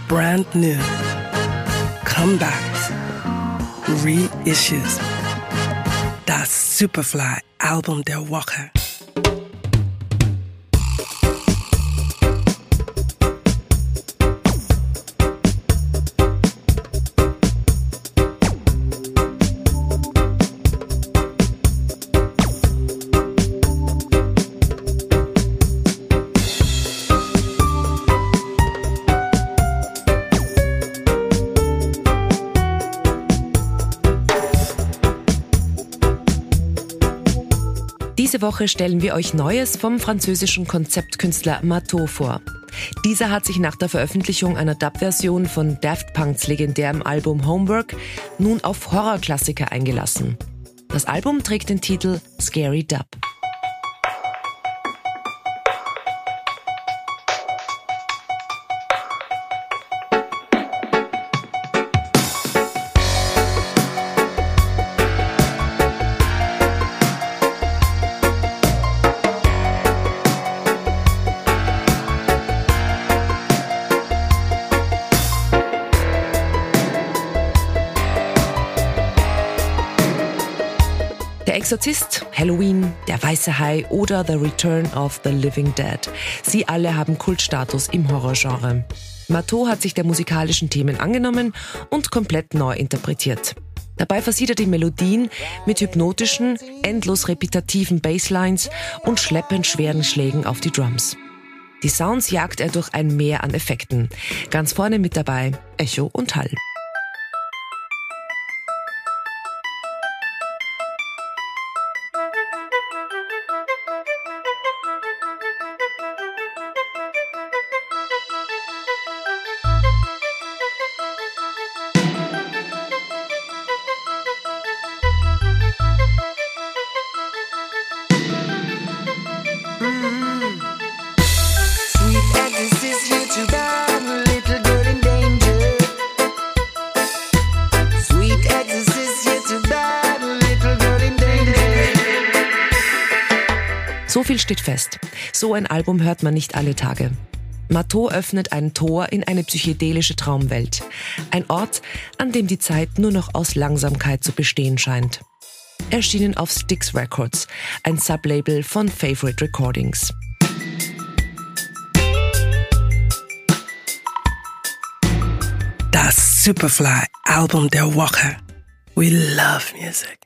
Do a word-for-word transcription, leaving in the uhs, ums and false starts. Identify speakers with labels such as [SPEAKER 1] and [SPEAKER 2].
[SPEAKER 1] brand new, comebacks, reissues. Das Superfly-Album der Woche.
[SPEAKER 2] Diese Woche stellen wir euch Neues vom französischen Konzeptkünstler Mato vor. Dieser hat sich nach der Veröffentlichung einer Dub-Version von Daft Punks legendärem Album Homework nun auf Horrorklassiker eingelassen. Das Album trägt den Titel Scary Dub. Der Exorzist, Halloween, Der weiße Hai oder The Return of the Living Dead. Sie alle haben Kultstatus im Horrorgenre. Mato hat sich der musikalischen Themen angenommen und komplett neu interpretiert. Dabei versieht er die Melodien mit hypnotischen, endlos repetitiven Basslines und schleppend schweren Schlägen auf die Drums. Die Sounds jagt er durch ein Meer an Effekten. Ganz vorne mit dabei Echo und Hall. So viel steht fest. So ein Album hört man nicht alle Tage. Mato öffnet ein Tor in eine psychedelische Traumwelt. Ein Ort, an dem die Zeit nur noch aus Langsamkeit zu bestehen scheint. Erschienen auf Styx Records, ein Sublabel von Favorite Recordings.
[SPEAKER 1] Das Superfly-Album der Woche. We love music.